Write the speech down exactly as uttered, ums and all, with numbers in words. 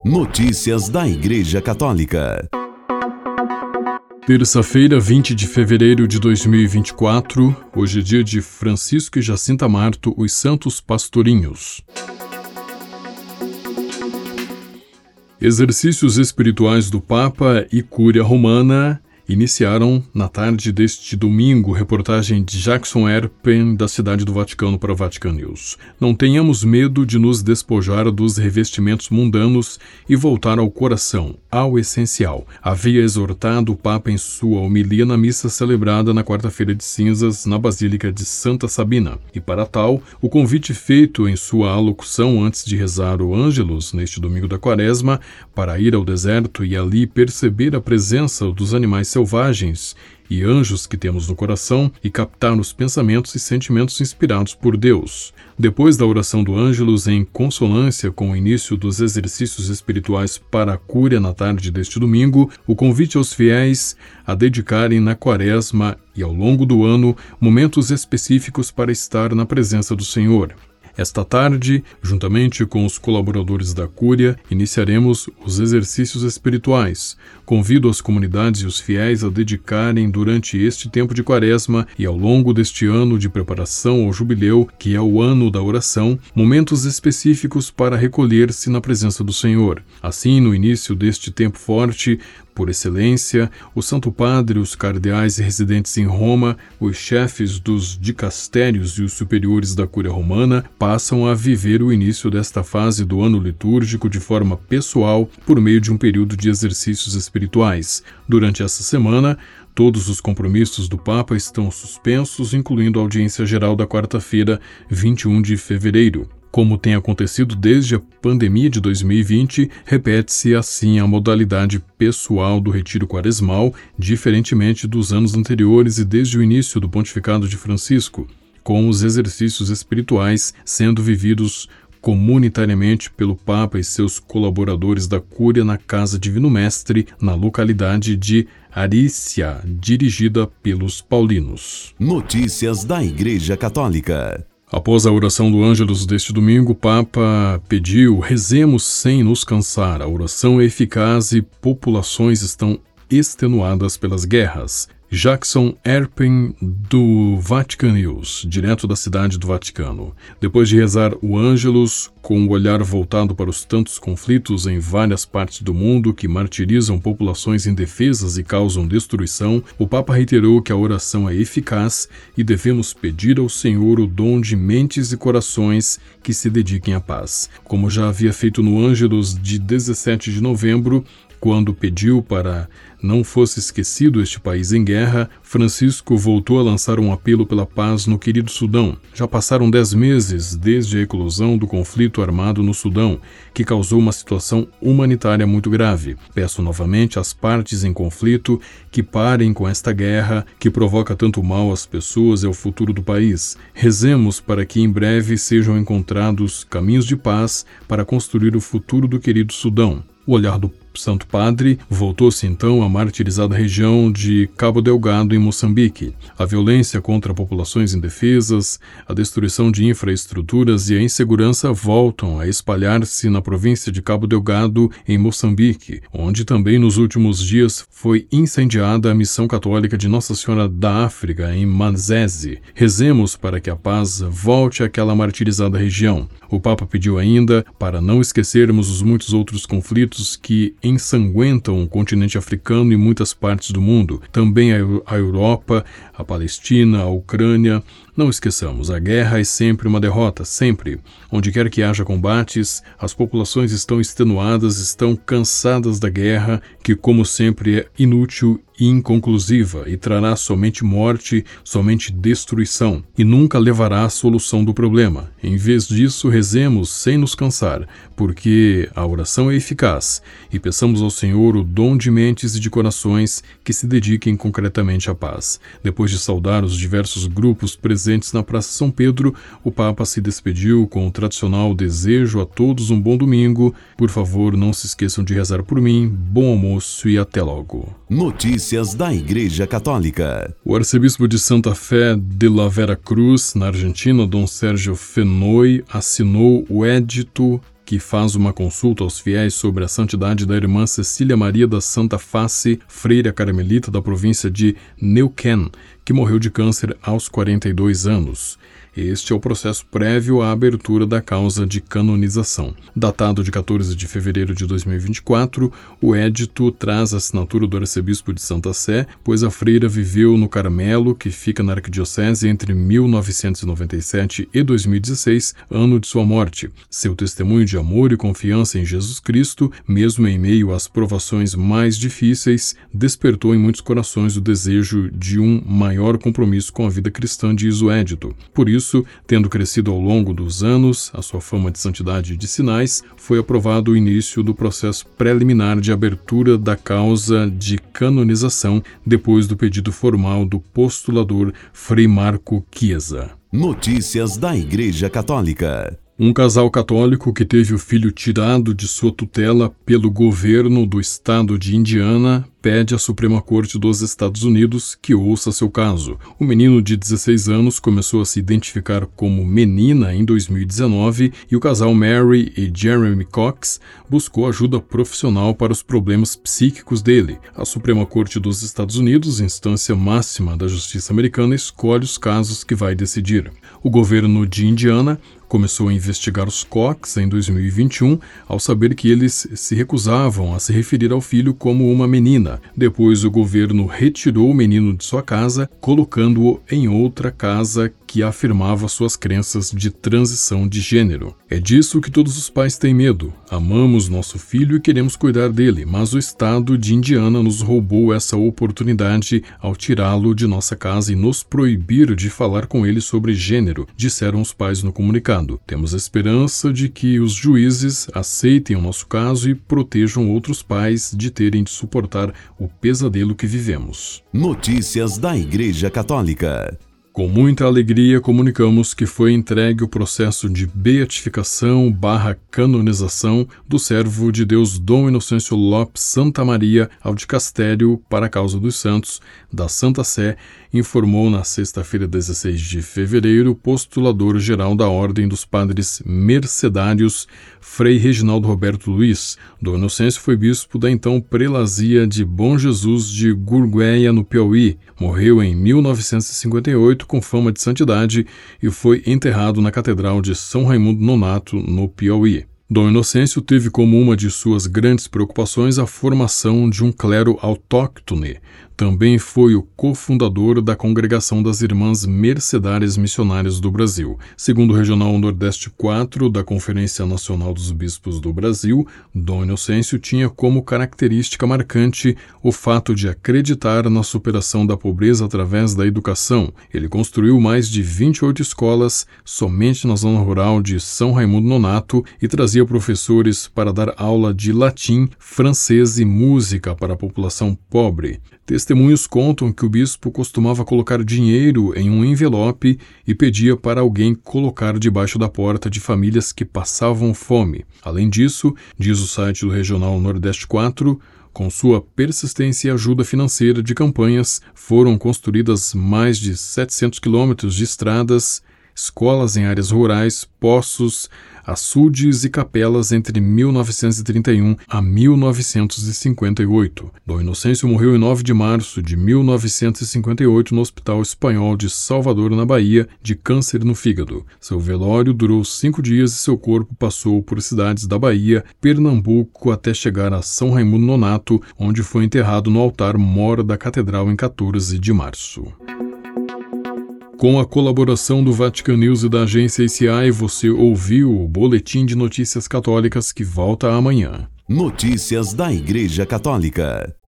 Notícias da Igreja Católica. Terça-feira, vinte de fevereiro de dois mil e vinte e quatro, hoje é dia de Francisco e Jacinta Marto, os Santos Pastorinhos. Exercícios espirituais do Papa e Cúria Romana iniciaram na tarde deste domingo. Reportagem de Jackson Erpen, da Cidade do Vaticano, para Vatican News. Não tenhamos medo de nos despojar dos revestimentos mundanos e voltar ao coração, ao essencial. Havia exortado o Papa em sua homilia na missa celebrada na quarta-feira de cinzas na Basílica de Santa Sabina. E para tal, o convite feito em sua alocução antes de rezar o Ângelus neste domingo da Quaresma, para ir ao deserto e ali perceber a presença dos animais selvagens e anjos que temos no coração e captar os pensamentos e sentimentos inspirados por Deus. Depois da oração do Ângelus, em consonância com o início dos exercícios espirituais para a Cúria na tarde deste domingo, o convite aos fiéis a dedicarem na Quaresma e ao longo do ano momentos específicos para estar na presença do Senhor. Esta tarde, juntamente com os colaboradores da Cúria, iniciaremos os exercícios espirituais. Convido as comunidades e os fiéis a dedicarem durante este tempo de Quaresma e ao longo deste ano de preparação ao Jubileu, que é o ano da oração, momentos específicos para recolher-se na presença do Senhor. Assim, no início deste tempo forte, por excelência, o Santo Padre, os cardeais residentes em Roma, os chefes dos dicastérios e os superiores da Cúria Romana passam a viver o início desta fase do ano litúrgico de forma pessoal por meio de um período de exercícios espirituais. Durante essa semana, todos os compromissos do Papa estão suspensos, incluindo a audiência geral da quarta-feira, vinte e um de fevereiro. Como tem acontecido desde a pandemia de dois mil e vinte, repete-se assim a modalidade pessoal do retiro quaresmal, diferentemente dos anos anteriores e desde o início do pontificado de Francisco, com os exercícios espirituais sendo vividos comunitariamente pelo Papa e seus colaboradores da Cúria na Casa Divino Mestre, na localidade de Arícia, dirigida pelos paulinos. Notícias da Igreja Católica. Após a oração do Ângelus deste domingo, o Papa pediu: rezemos sem nos cansar. A oração é eficaz e populações estão extenuadas pelas guerras. Jackson Erpen, do Vatican News, direto da Cidade do Vaticano. Depois de rezar o Ângelus, com o olhar voltado para os tantos conflitos em várias partes do mundo que martirizam populações indefesas e causam destruição, o Papa reiterou que a oração é eficaz e devemos pedir ao Senhor o dom de mentes e corações que se dediquem à paz. Como já havia feito no Ângelus de dezessete de novembro, quando pediu para não fosse esquecido este país em guerra, Francisco voltou a lançar um apelo pela paz no querido Sudão. Já passaram dez meses desde a eclosão do conflito armado no Sudão, que causou uma situação humanitária muito grave. Peço novamente às partes em conflito que parem com esta guerra que provoca tanto mal às pessoas e ao futuro do país. Rezemos para que em breve sejam encontrados caminhos de paz para construir o futuro do querido Sudão. O olhar do Santo Padre voltou-se então à martirizada região de Cabo Delgado, em Moçambique. A violência contra populações indefesas, a destruição de infraestruturas e a insegurança voltam a espalhar-se na província de Cabo Delgado, em Moçambique, onde também nos últimos dias foi incendiada a missão católica de Nossa Senhora da África, em Manzese. Rezemos para que a paz volte àquela martirizada região. O Papa pediu ainda para não esquecermos os muitos outros conflitos que ensanguentam o continente africano e muitas partes do mundo, também a Europa, a Palestina, a Ucrânia. Não esqueçamos, a guerra é sempre uma derrota, sempre. Onde quer que haja combates, as populações estão extenuadas, estão cansadas da guerra, que como sempre é inútil e inconclusiva e trará somente morte, somente destruição, e nunca levará à solução do problema. Em vez disso, rezemos sem nos cansar, porque a oração é eficaz, e peçamos ao Senhor o dom de mentes e de corações que se dediquem concretamente à paz. Depois de saudar os diversos grupos presentes na Praça São Pedro, o Papa se despediu com o tradicional desejo a todos um bom domingo. Por favor, não se esqueçam de rezar por mim. Bom almoço e até logo. Notícias da Igreja Católica. O arcebispo de Santa Fé de la Vera Cruz, na Argentina, Dom Sérgio Fenoy, assinou o Edito que faz uma consulta aos fiéis sobre a santidade da irmã Cecília Maria da Santa Face, freira carmelita da província de Neuquén, que morreu de câncer aos quarenta e dois anos. Este é o processo prévio à abertura da causa de canonização. Datado de quatorze de fevereiro de dois mil e vinte e quatro, o édito traz a assinatura do arcebispo de Santa Sé, pois a freira viveu no Carmelo, que fica na arquidiocese, entre mil novecentos e noventa e sete e dois mil e dezesseis, ano de sua morte. Seu testemunho de amor e confiança em Jesus Cristo, mesmo em meio às provações mais difíceis, despertou em muitos corações o desejo de um maior compromisso com a vida cristã, diz o édito. Por isso, Isso, tendo crescido ao longo dos anos, a sua fama de santidade e de sinais, foi aprovado o início do processo preliminar de abertura da causa de canonização, depois do pedido formal do postulador Frei Marco Chiesa. Notícias da Igreja Católica. Um casal católico que teve o filho tirado de sua tutela pelo governo do estado de Indiana pede à Suprema Corte dos Estados Unidos que ouça seu caso. O menino de dezesseis anos começou a se identificar como menina em dois mil e dezenove e o casal Mary e Jeremy Cox buscou ajuda profissional para os problemas psíquicos dele. A Suprema Corte dos Estados Unidos, instância máxima da justiça americana, escolhe os casos que vai decidir. O governo de Indiana começou a investigar os Cox em dois mil e vinte e um, ao saber que eles se recusavam a se referir ao filho como uma menina. Depois, o governo retirou o menino de sua casa, colocando-o em outra casa que afirmava suas crenças de transição de gênero. É disso que todos os pais têm medo. Amamos nosso filho e queremos cuidar dele, mas o estado de Indiana nos roubou essa oportunidade ao tirá-lo de nossa casa e nos proibir de falar com ele sobre gênero, disseram os pais no comunicado. Temos a esperança de que os juízes aceitem o nosso caso e protejam outros pais de terem de suportar o pesadelo que vivemos. Notícias da Igreja Católica. Com muita alegria, comunicamos que foi entregue o processo de beatificação barra canonização do servo de Deus Dom Inocêncio Lopes Santa Maria ao dicastério para a causa dos santos da Santa Sé, informou na sexta-feira, dezesseis de fevereiro, o postulador-geral da Ordem dos Padres Mercedários, Frei Reginaldo Roberto Luiz. Dom Inocêncio foi bispo da então prelazia de Bom Jesus de Gurgueia, no Piauí. Morreu em mil novecentos e cinquenta e oito com fama de santidade e foi enterrado na Catedral de São Raimundo Nonato, no Piauí. Dom Inocêncio teve como uma de suas grandes preocupações a formação de um clero autóctone. Também foi o cofundador da Congregação das Irmãs Mercedárias Missionárias do Brasil. Segundo o Regional Nordeste quatro da Conferência Nacional dos Bispos do Brasil, Dom Inocêncio tinha como característica marcante o fato de acreditar na superação da pobreza através da educação. Ele construiu mais de vinte e oito escolas somente na zona rural de São Raimundo Nonato e trazia professores para dar aula de latim, francês e música para a população pobre. Testemunhos contam que o bispo costumava colocar dinheiro em um envelope e pedia para alguém colocar debaixo da porta de famílias que passavam fome. Além disso, diz o site do Regional Nordeste quatro, com sua persistência e ajuda financeira de campanhas, foram construídas mais de setecentos quilômetros de estradas, escolas em áreas rurais, poços, açudes e capelas entre mil novecentos e trinta e um a mil novecentos e cinquenta e oito. Dom Inocêncio morreu em nove de março de mil novecentos e cinquenta e oito no Hospital Espanhol de Salvador, na Bahia, de câncer no fígado. Seu velório durou cinco dias e seu corpo passou por cidades da Bahia, Pernambuco, até chegar a São Raimundo Nonato, onde foi enterrado no altar-mor da Catedral em quatorze de março. Com a colaboração do Vatican News e da agência A C I, você ouviu o Boletim de Notícias Católicas que volta amanhã. Notícias da Igreja Católica.